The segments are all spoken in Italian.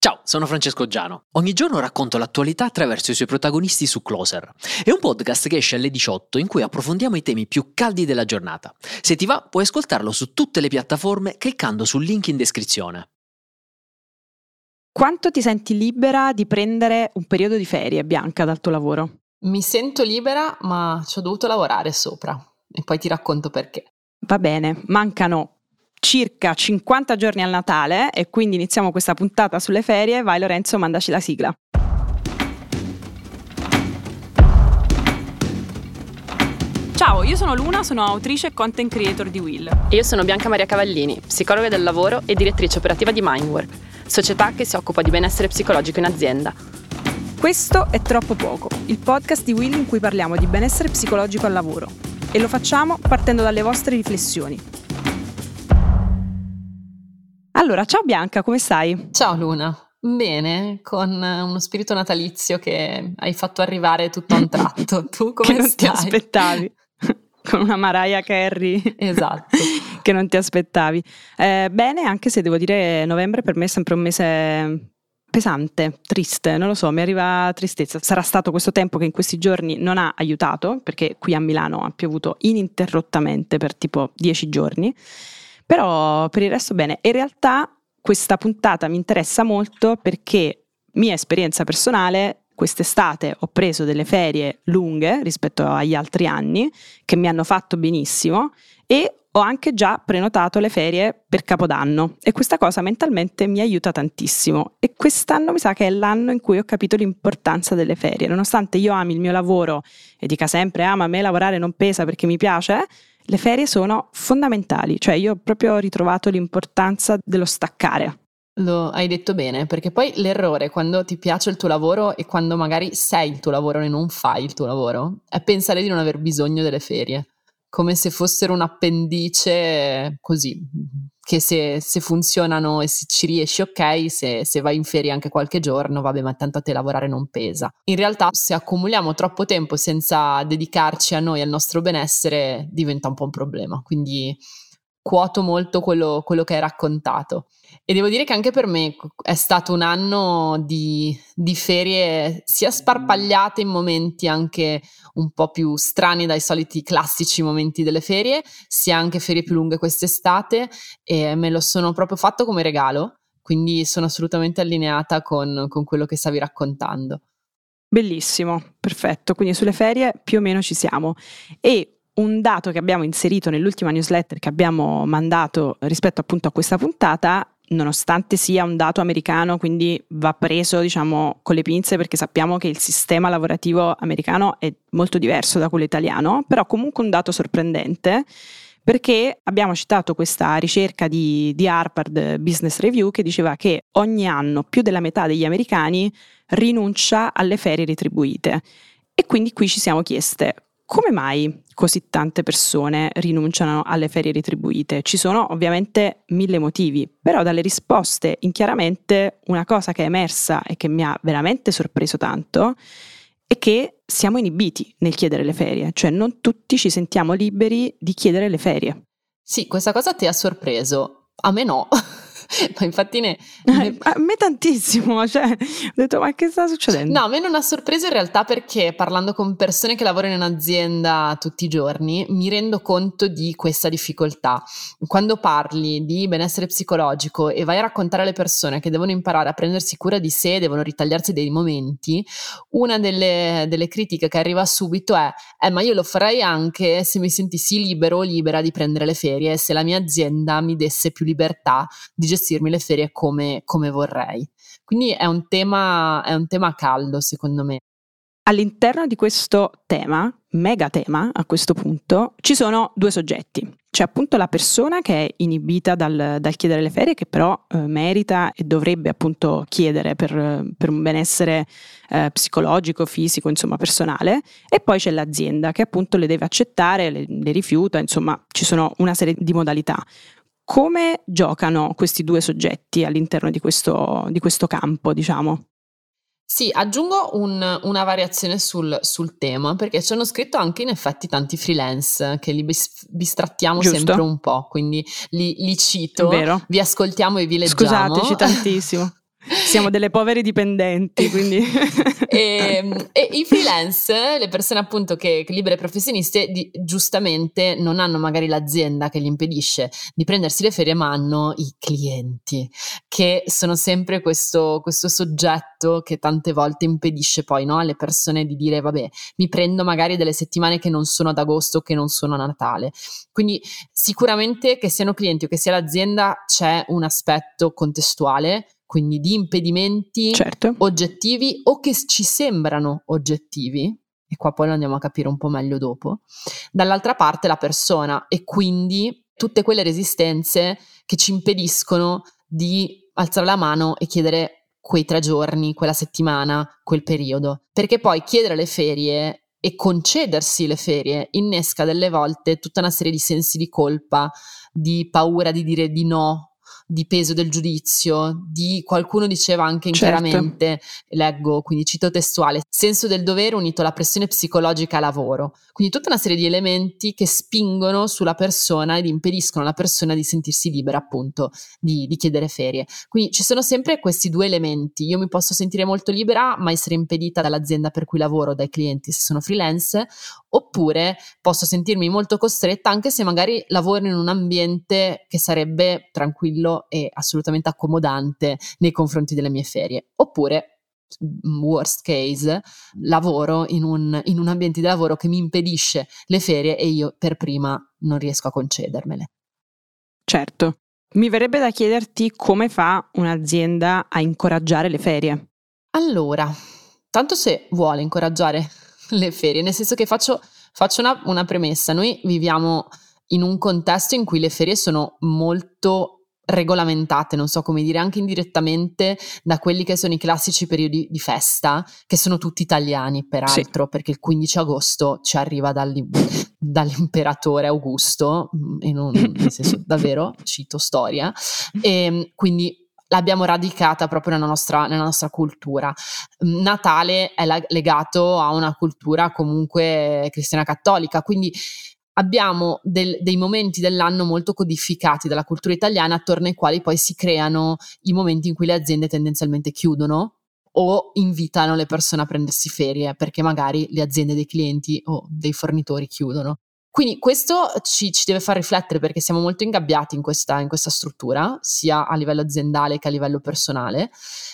Ciao, sono Francesco Giano. Ogni giorno racconto l'attualità attraverso i suoi protagonisti su Closer. È un podcast che esce alle 18 in cui approfondiamo i temi più caldi della giornata. Se ti va, puoi ascoltarlo su tutte le piattaforme cliccando sul link in descrizione. Quanto ti senti libera di prendere un periodo di ferie, Bianca, dal tuo lavoro? Mi sento libera, ma ci ho dovuto lavorare sopra e poi ti racconto perché. Va bene, mancano circa 50 giorni al Natale e quindi iniziamo questa puntata sulle ferie. Vai Lorenzo, mandaci la sigla. Ciao, io sono Luna, sono autrice e content creator di Will. E io sono Bianca Maria Cavallini, psicologa del lavoro e direttrice operativa di Mindwork, società che si occupa di benessere psicologico in azienda. Questo è Troppo Poco, il podcast di Will in cui parliamo di benessere psicologico al lavoro. E lo facciamo partendo dalle vostre riflessioni. Allora, ciao Bianca, come stai? Ciao Luna, bene, con uno spirito natalizio che hai fatto arrivare tutto a un tratto. Tu come che non stai? Ti aspettavi, con una Mariah Carey. Esatto. Che non ti aspettavi. Bene, anche se devo dire novembre per me è sempre un mese pesante, triste, non lo so, mi arriva tristezza. Sarà stato questo tempo che in questi giorni non ha aiutato, perché qui a Milano ha piovuto ininterrottamente per tipo 10 giorni. Però per il resto bene. In realtà questa puntata mi interessa molto perché, mia esperienza personale, quest'estate ho preso delle ferie lunghe rispetto agli altri anni che mi hanno fatto benissimo e ho anche già prenotato le ferie per Capodanno e questa cosa mentalmente mi aiuta tantissimo e quest'anno mi sa che è l'anno in cui ho capito l'importanza delle ferie. Nonostante io ami il mio lavoro e dica sempre ma a me lavorare non pesa perché mi piace, le ferie sono fondamentali, cioè io ho proprio ritrovato l'importanza dello staccare. Lo hai detto bene, perché poi l'errore quando ti piace il tuo lavoro e quando magari sei il tuo lavoro e non fai il tuo lavoro è pensare di non aver bisogno delle ferie, come se fossero un appendice così, che se funzionano e se ci riesci ok, se vai in ferie anche qualche giorno, vabbè, ma tanto a te lavorare non pesa. In realtà se accumuliamo troppo tempo senza dedicarci a noi, al nostro benessere, diventa un po' un problema, quindi quoto molto quello che hai raccontato. E devo dire che anche per me è stato un anno di ferie sia sparpagliate in momenti anche un po' più strani dai soliti classici momenti delle ferie, sia anche ferie più lunghe quest'estate e me lo sono proprio fatto come regalo, quindi sono assolutamente allineata con quello che stavi raccontando. Bellissimo, perfetto, quindi sulle ferie più o meno ci siamo. E un dato che abbiamo inserito nell'ultima newsletter che abbiamo mandato rispetto appunto a questa puntata, nonostante sia un dato americano, quindi va preso diciamo con le pinze perché sappiamo che il sistema lavorativo americano è molto diverso da quello italiano, però comunque un dato sorprendente perché abbiamo citato questa ricerca di Harvard Business Review che diceva che ogni anno più della metà degli americani rinuncia alle ferie retribuite e quindi qui ci siamo chieste come mai così tante persone rinunciano alle ferie retribuite? Ci sono ovviamente 1000 motivi, però dalle risposte chiaramente una cosa che è emersa e che mi ha veramente sorpreso tanto è che siamo inibiti nel chiedere le ferie, cioè non tutti ci sentiamo liberi di chiedere le ferie. Sì, questa cosa ti ha sorpreso, a me no. Ma infatti a me tantissimo, cioè ho detto ma che sta succedendo? No, a me non ha sorpreso in realtà perché parlando con persone che lavorano in azienda tutti i giorni mi rendo conto di questa difficoltà. Quando parli di benessere psicologico e vai a raccontare alle persone che devono imparare a prendersi cura di sé, devono ritagliarsi dei momenti, una delle critiche che arriva subito è ma io lo farei anche se mi sentissi libero o libera di prendere le ferie, se la mia azienda mi desse più libertà di gestirmi le ferie come vorrei. Quindi è un tema caldo secondo me. All'interno di questo tema, mega tema a questo punto, ci sono due soggetti. C'è appunto la persona che è inibita dal chiedere le ferie, che però merita e dovrebbe appunto chiedere per un benessere psicologico, fisico, insomma personale, e poi c'è l'azienda che appunto le deve accettare, le rifiuta, insomma ci sono una serie di modalità. Come giocano questi due soggetti all'interno di questo campo, diciamo? Sì, aggiungo una variazione sul tema, perché ci hanno scritto anche in effetti tanti freelance che li bistrattiamo Giusto. sempre un po', quindi li cito, Vero. vi ascoltiamo e vi leggiamo. Scusateci tantissimo. Siamo delle povere dipendenti, quindi. E i freelance, le persone appunto che libere professioniste, giustamente non hanno magari l'azienda che gli impedisce di prendersi le ferie, ma hanno i clienti, che sono sempre questo soggetto che tante volte impedisce poi, no, alle persone di dire vabbè, mi prendo magari delle settimane che non sono ad agosto, che non sono a Natale. Quindi sicuramente, che siano clienti o che sia l'azienda, c'è un aspetto contestuale, quindi di impedimenti certo, oggettivi o che ci sembrano oggettivi, e qua poi lo andiamo a capire un po' meglio dopo. Dall'altra parte la persona, e quindi tutte quelle resistenze che ci impediscono di alzare la mano e chiedere quei 3 giorni, quella settimana, quel periodo. Perché poi chiedere le ferie e concedersi le ferie innesca delle volte tutta una serie di sensi di colpa, di paura di dire di no, di peso del giudizio, di qualcuno diceva anche chiaramente, leggo, quindi cito testuale, senso del dovere unito alla pressione psicologica a lavoro. Quindi tutta una serie di elementi che spingono sulla persona ed impediscono alla persona di sentirsi libera appunto di chiedere ferie. Quindi ci sono sempre questi 2 elementi. Io mi posso sentire molto libera ma essere impedita dall'azienda per cui lavoro, dai clienti se sono freelance, oppure posso sentirmi molto costretta anche se magari lavoro in un ambiente che sarebbe tranquillo e assolutamente accomodante nei confronti delle mie ferie. Oppure, worst case, lavoro in un ambiente di lavoro che mi impedisce le ferie e io per prima non riesco a concedermele. Certo. Mi verrebbe da chiederti come fa un'azienda a incoraggiare le ferie. Allora, tanto se vuole incoraggiare le ferie, nel senso che faccio una premessa. Noi viviamo in un contesto in cui le ferie sono molto regolamentate, non so come dire, anche indirettamente da quelli che sono i classici periodi di festa, che sono tutti italiani peraltro, sì, perché il 15 agosto ci arriva dall'imperatore Augusto, nel senso davvero, cito storia, e quindi l'abbiamo radicata proprio nella nostra cultura. Natale è legato a una cultura comunque cristiana cattolica, quindi abbiamo dei momenti dell'anno molto codificati dalla cultura italiana, attorno ai quali poi si creano i momenti in cui le aziende tendenzialmente chiudono o invitano le persone a prendersi ferie, perché magari le aziende dei clienti o dei fornitori chiudono. Quindi questo ci deve far riflettere, perché siamo molto ingabbiati in questa struttura, sia a livello aziendale che a livello personale.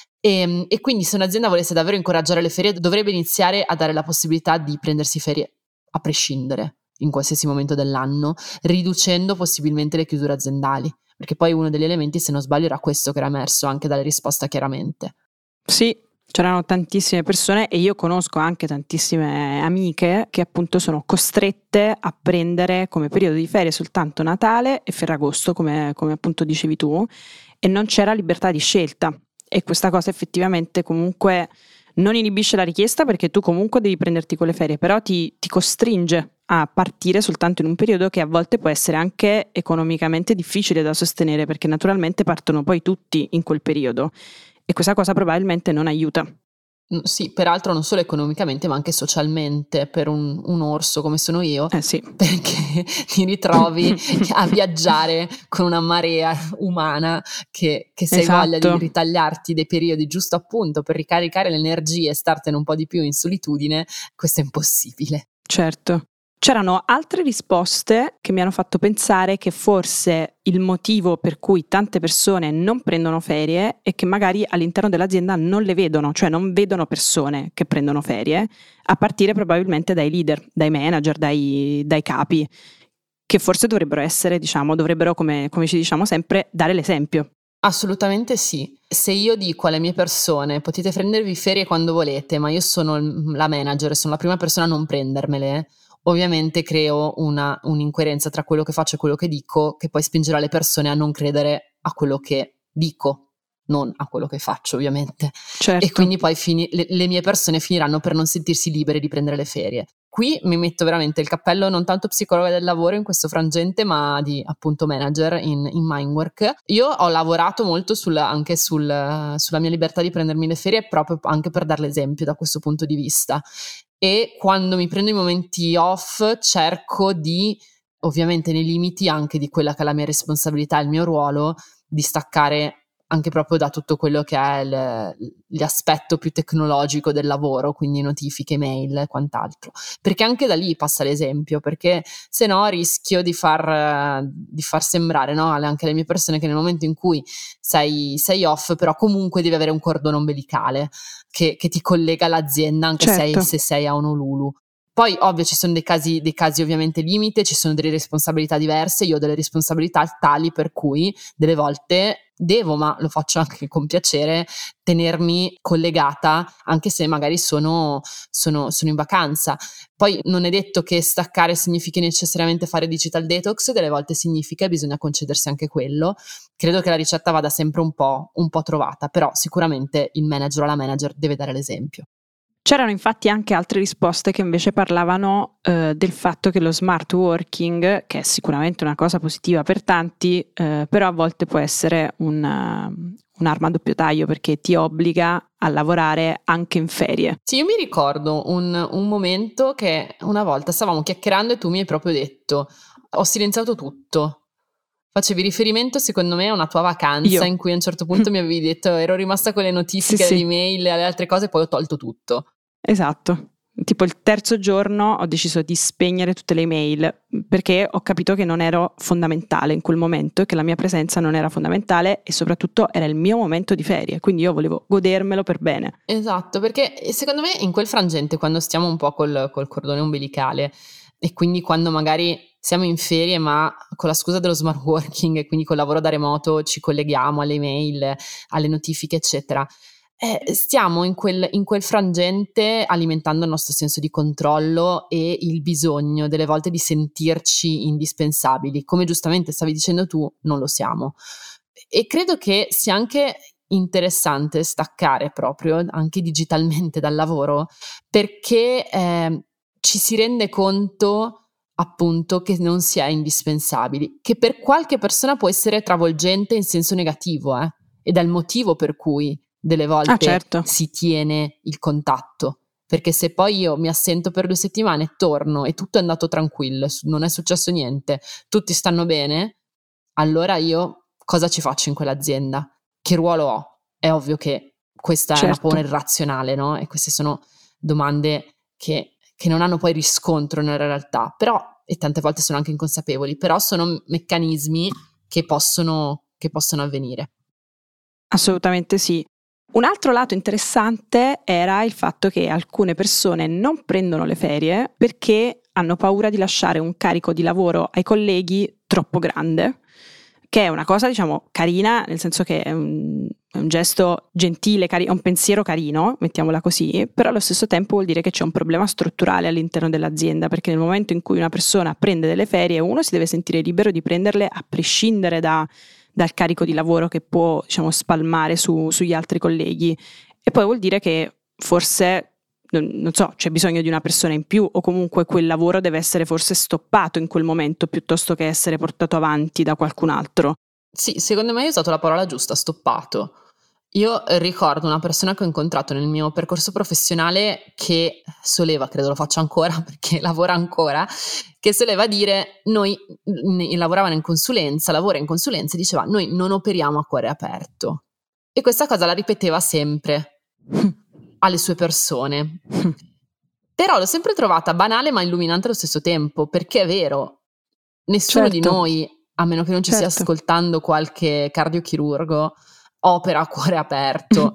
E quindi se un'azienda volesse davvero incoraggiare le ferie, dovrebbe iniziare a dare la possibilità di prendersi ferie a prescindere in qualsiasi momento dell'anno, riducendo possibilmente le chiusure aziendali, perché poi uno degli elementi, se non sbaglio, era questo che era emerso anche dalle risposte chiaramente. Sì, c'erano tantissime persone e io conosco anche tantissime amiche che appunto sono costrette a prendere come periodo di ferie soltanto Natale e Ferragosto, come appunto dicevi tu, e non c'era libertà di scelta, e questa cosa effettivamente comunque non inibisce la richiesta, perché tu comunque devi prenderti quelle ferie, però ti costringe a partire soltanto in un periodo che a volte può essere anche economicamente difficile da sostenere, perché naturalmente partono poi tutti in quel periodo e questa cosa probabilmente non aiuta. Sì, peraltro non solo economicamente ma anche socialmente, per un orso come sono io, sì, perché ti ritrovi a viaggiare con una marea umana che se hai voglia di ritagliarti dei periodi giusto appunto per ricaricare le energie e startene un po' di più in solitudine, questo è impossibile. Certo. C'erano altre risposte che mi hanno fatto pensare che forse il motivo per cui tante persone non prendono ferie è che magari all'interno dell'azienda non le vedono, cioè non vedono persone che prendono ferie, a partire probabilmente dai leader, dai manager, dai capi, che forse dovrebbero essere, dovrebbero, come ci diciamo sempre, dare l'esempio. Assolutamente sì. Se io dico alle mie persone potete prendervi ferie quando volete, ma io sono la manager, sono la prima persona a non prendermele, ovviamente creo un'incoerenza tra quello che faccio e quello che dico, che poi spingerà le persone a non credere a quello che dico, non a quello che faccio ovviamente. Certo. E quindi poi le mie persone finiranno per non sentirsi libere di prendere le ferie. Qui mi metto veramente il cappello non tanto psicologa del lavoro in questo frangente, ma di appunto manager in Mindwork. Io ho lavorato molto anche sulla mia libertà di prendermi le ferie, proprio anche per dare l'esempio da questo punto di vista. E quando mi prendo i momenti off cerco di, ovviamente nei limiti anche di quella che è la mia responsabilità, il mio ruolo, di staccare anche proprio da tutto quello che è l'aspetto più tecnologico del lavoro, quindi notifiche, mail e quant'altro, perché anche da lì passa l'esempio, perché se no rischio di far sembrare, no, anche le mie persone, che nel momento in cui sei off, però comunque devi avere un cordone ombelicale che ti collega all'azienda, anche Certo. se sei a Honolulu. Poi ovvio ci sono dei casi ovviamente limite, ci sono delle responsabilità diverse, io ho delle responsabilità tali per cui delle volte devo, ma lo faccio anche con piacere, tenermi collegata anche se magari sono in vacanza. Poi non è detto che staccare significhi necessariamente fare digital detox, delle volte significa e bisogna concedersi anche quello. Credo che la ricetta vada sempre un po' trovata, però sicuramente il manager o la manager deve dare l'esempio. C'erano infatti anche altre risposte che invece parlavano del fatto che lo smart working, che è sicuramente una cosa positiva per tanti, però a volte può essere un'arma a doppio taglio, perché ti obbliga a lavorare anche in ferie. Sì, io mi ricordo un momento che una volta stavamo chiacchierando e tu mi hai proprio detto: ho silenziato tutto. Facevi riferimento secondo me a una tua vacanza in cui a un certo punto mi avevi detto ero rimasta con le notifiche, sì. le email e alle altre cose, poi ho tolto tutto. Esatto, tipo il terzo giorno ho deciso di spegnere tutte le email perché ho capito che non ero fondamentale in quel momento e che la mia presenza non era fondamentale e soprattutto era il mio momento di ferie, quindi io volevo godermelo per bene. Esatto, perché secondo me in quel frangente, quando stiamo un po' col cordone ombelicale e quindi quando magari siamo in ferie ma con la scusa dello smart working e quindi col lavoro da remoto ci colleghiamo alle email, alle notifiche eccetera, stiamo in quel frangente alimentando il nostro senso di controllo e il bisogno delle volte di sentirci indispensabili. Come giustamente stavi dicendo tu, non lo siamo. E credo che sia anche interessante staccare proprio anche digitalmente dal lavoro, perché ci si rende conto appunto che non si è indispensabili, che per qualche persona può essere travolgente in senso negativo, ed è il motivo per cui delle volte certo. si tiene il contatto, perché se poi io mi assento per 2 settimane, torno e tutto è andato tranquillo, non è successo niente, tutti stanno bene, allora io cosa ci faccio in quell'azienda? Che ruolo ho? È ovvio che questa è una po' irrazionale, no? E queste sono domande che non hanno poi riscontro nella realtà, però, e tante volte sono anche inconsapevoli, però sono meccanismi che possono avvenire. Assolutamente sì. Un altro lato interessante era il fatto che alcune persone non prendono le ferie perché hanno paura di lasciare un carico di lavoro ai colleghi troppo grande, che è una cosa, diciamo, carina, nel senso che è un gesto gentile, un pensiero carino, mettiamola così, però allo stesso tempo vuol dire che c'è un problema strutturale all'interno dell'azienda, perché nel momento in cui una persona prende delle ferie, uno si deve sentire libero di prenderle a prescindere dal carico di lavoro che può, diciamo, spalmare sugli altri colleghi, e poi vuol dire che forse non so, c'è bisogno di una persona in più o comunque quel lavoro deve essere forse stoppato in quel momento piuttosto che essere portato avanti da qualcun altro. Sì, secondo me hai usato la parola giusta, stoppato. Io ricordo una persona che ho incontrato nel mio percorso professionale che soleva, credo lo faccia ancora perché lavora ancora, che soleva dire, lavora in consulenza e diceva noi non operiamo a cuore aperto. E questa cosa la ripeteva sempre alle sue persone. Però l'ho sempre trovata banale ma illuminante allo stesso tempo, perché è vero, nessuno di noi, a meno che non ci stia ascoltando qualche cardiochirurgo, opera a cuore aperto.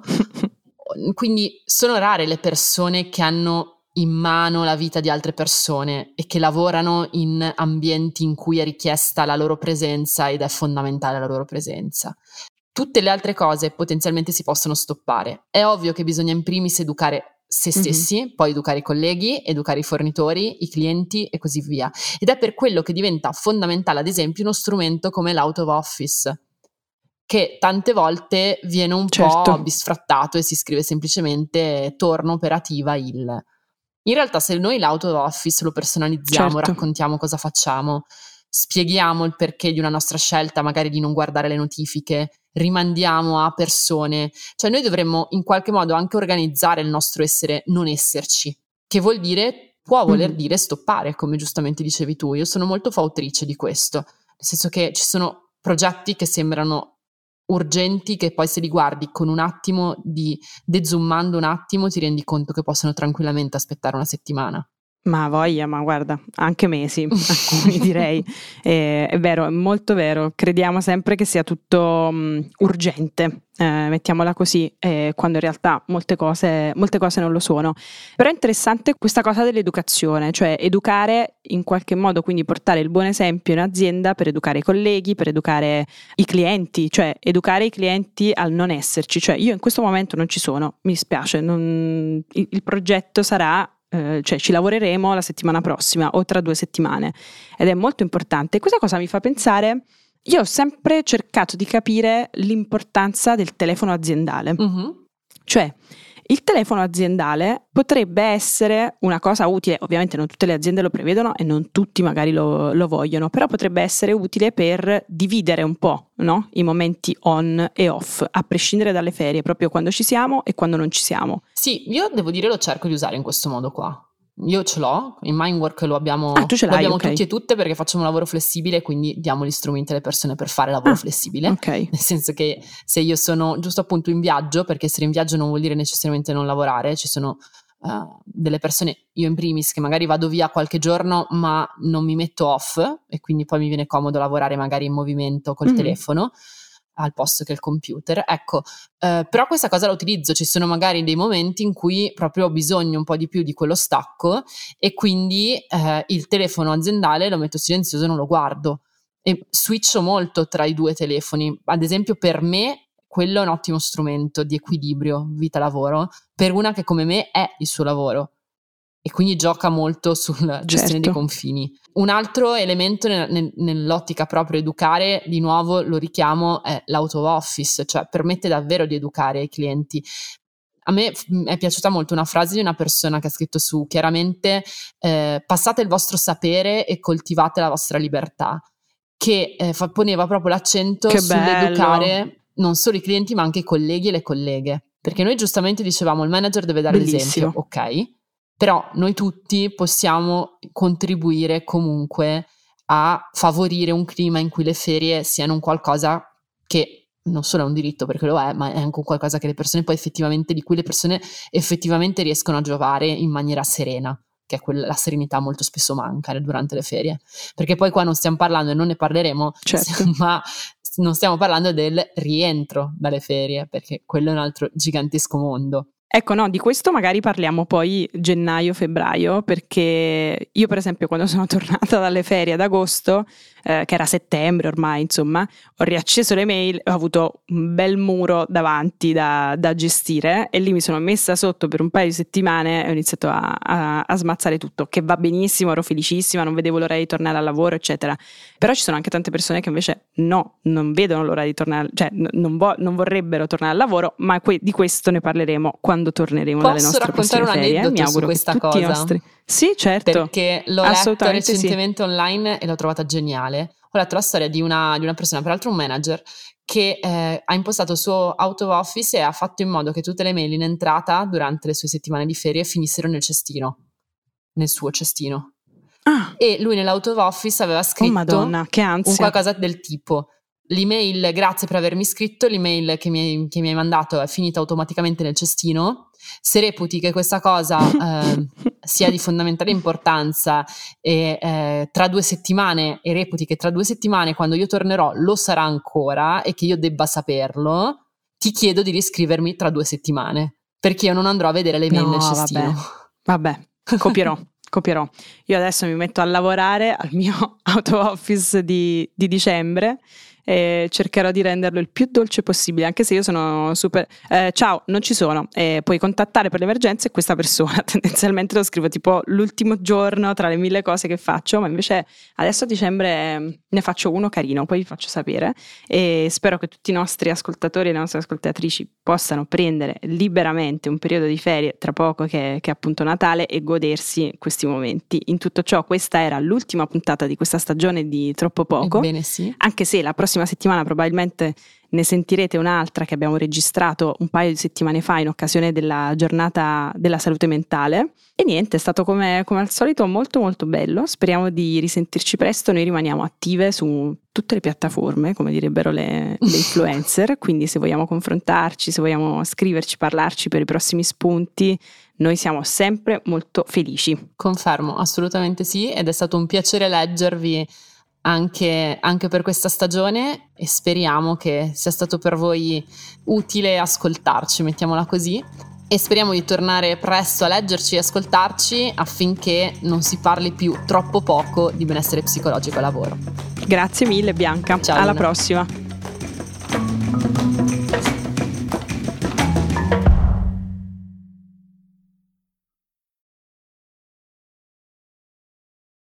Quindi sono rare le persone che hanno in mano la vita di altre persone e che lavorano in ambienti in cui è richiesta la loro presenza ed è fondamentale la loro presenza. Tutte le altre cose potenzialmente si possono stoppare. È ovvio che bisogna in primis educare se stessi, poi educare i colleghi, educare i fornitori, i clienti e così via. Ed è per quello che diventa fondamentale, ad esempio, uno strumento come l'out of office, che tante volte viene un po' bisfrattato e si scrive semplicemente torno operativa il. In realtà se noi l'out of office lo personalizziamo, raccontiamo cosa facciamo, spieghiamo il perché di una nostra scelta, magari di non guardare le notifiche, rimandiamo a persone, cioè noi dovremmo in qualche modo anche organizzare il nostro essere non esserci, che può voler dire stoppare, come giustamente dicevi tu. Io sono molto fautrice di questo, nel senso che ci sono progetti che sembrano urgenti che poi se li guardi con un attimo di dezoomando un attimo ti rendi conto che possono tranquillamente aspettare una settimana. Ma voglia, ma guarda, anche mesi, alcuni direi. È vero, è molto vero. Crediamo sempre che sia tutto urgente, mettiamola così, quando in realtà molte cose non lo sono. Però è interessante questa cosa dell'educazione, cioè educare in qualche modo, quindi portare il buon esempio in azienda per educare i colleghi, per educare i clienti, cioè educare i clienti al non esserci. Cioè io in questo momento non ci sono, mi dispiace, il progetto sarà... cioè ci lavoreremo la settimana prossima o tra 2 settimane ed è molto importante. Questa cosa mi fa pensare, io ho sempre cercato di capire l'importanza del telefono aziendale, cioè il telefono aziendale potrebbe essere una cosa utile, ovviamente non tutte le aziende lo prevedono e non tutti magari lo vogliono, però potrebbe essere utile per dividere un po', no? I momenti on e off, a prescindere dalle ferie, proprio quando ci siamo e quando non ci siamo. Sì, io devo dire lo cerco di usare in questo modo qua. Io ce l'ho, in Mindwork lo abbiamo, tu ce l'hai, lo abbiamo okay. Tutti e tutte perché facciamo un lavoro flessibile, quindi diamo gli strumenti alle persone per fare lavoro flessibile, okay. Nel senso che se io sono giusto appunto in viaggio, perché essere in viaggio non vuol dire necessariamente non lavorare, ci sono delle persone, io in primis, che magari vado via qualche giorno ma non mi metto off e quindi poi mi viene comodo lavorare magari in movimento col telefono al posto che il computer, ecco, però questa cosa la utilizzo, ci sono magari dei momenti in cui proprio ho bisogno un po' di più di quello stacco e quindi il telefono aziendale lo metto silenzioso e non lo guardo e switcho molto tra i 2 telefoni. Ad esempio per me quello è un ottimo strumento di equilibrio vita-lavoro per una che come me è il suo lavoro e quindi gioca molto sulla gestione dei confini. Un altro elemento nell'ottica proprio educare, di nuovo lo richiamo, è l'out of office, cioè permette davvero di educare i clienti. A me è piaciuta molto una frase di una persona che ha scritto su, chiaramente, passate il vostro sapere e coltivate la vostra libertà, che poneva proprio l'accento sull'educare non solo i clienti ma anche i colleghi e le colleghe. Perché noi giustamente dicevamo il manager deve dare l'esempio, ok? Però noi tutti possiamo contribuire comunque a favorire un clima in cui le ferie siano un qualcosa che non solo è un diritto perché lo è, ma è anche un qualcosa che le persone poi effettivamente, di cui le persone effettivamente riescono a giovare in maniera serena, che è quella, la serenità molto spesso manca durante le ferie, perché poi qua non stiamo parlando e non ne parleremo, ma non stiamo parlando del rientro dalle ferie, perché quello è un altro gigantesco mondo. Ecco, no, di questo magari parliamo poi gennaio-febbraio, perché io per esempio quando sono tornata dalle ferie ad agosto, che era settembre ormai, insomma, ho riacceso le mail, ho avuto un bel muro davanti da gestire e lì mi sono messa sotto per un paio di settimane e ho iniziato a smazzare tutto, che va benissimo, ero felicissima, non vedevo l'ora di tornare al lavoro, eccetera. Però ci sono anche tante persone che invece no, non vedono l'ora di tornare, cioè non vorrebbero tornare al lavoro, ma di questo ne parleremo quando torneremo dalle nostre prossime ferie. Posso raccontare un aneddoto su questa cosa? Sì, certo. Perché l'ho letto recentemente online e l'ho trovata geniale. Ho letto la storia di una persona, peraltro un manager, che ha impostato il suo out of office e ha fatto in modo che tutte le mail in entrata durante le sue settimane di ferie finissero nel suo cestino. E lui nell'out of office aveva scritto Madonna, che ansia. un qualcosa del tipo: l'email, grazie per avermi scritto, l'email che mi hai mandato è finita automaticamente nel cestino. Se reputi che questa cosa sia di fondamentale importanza e tra 2 settimane, e reputi che tra 2 settimane quando io tornerò lo sarà ancora e che io debba saperlo, ti chiedo di riscrivermi tra 2 settimane, perché io non andrò a vedere le mail nel cestino. Vabbè, copierò. Io adesso mi metto a lavorare al mio out of office di dicembre e cercherò di renderlo il più dolce possibile, anche se io sono super ciao, non ci sono, puoi contattare per le emergenze questa persona. Tendenzialmente lo scrivo tipo l'ultimo giorno tra le 1000 cose che faccio, ma invece adesso a dicembre ne faccio uno carino, poi vi faccio sapere e spero che tutti i nostri ascoltatori e le nostre ascoltatrici possano prendere liberamente un periodo di ferie tra poco che è appunto Natale e godersi questi momenti. In tutto ciò, questa era l'ultima puntata di questa stagione di Troppo Poco. Ebbene sì. Anche se la prossima prossima settimana probabilmente ne sentirete un'altra che abbiamo registrato un paio di settimane fa in occasione della giornata della salute mentale. E niente, è stato come al solito molto molto bello, speriamo di risentirci presto. Noi rimaniamo attive su tutte le piattaforme, come direbbero le influencer, quindi se vogliamo confrontarci, se vogliamo scriverci, parlarci per i prossimi spunti, noi siamo sempre molto felici. Confermo, assolutamente sì, ed è stato un piacere leggervi anche per questa stagione, e speriamo che sia stato per voi utile ascoltarci, mettiamola così, e speriamo di tornare presto a leggerci e ascoltarci affinché non si parli più troppo poco di benessere psicologico al lavoro. Grazie mille Bianca, Ciao, alla Luna. prossima.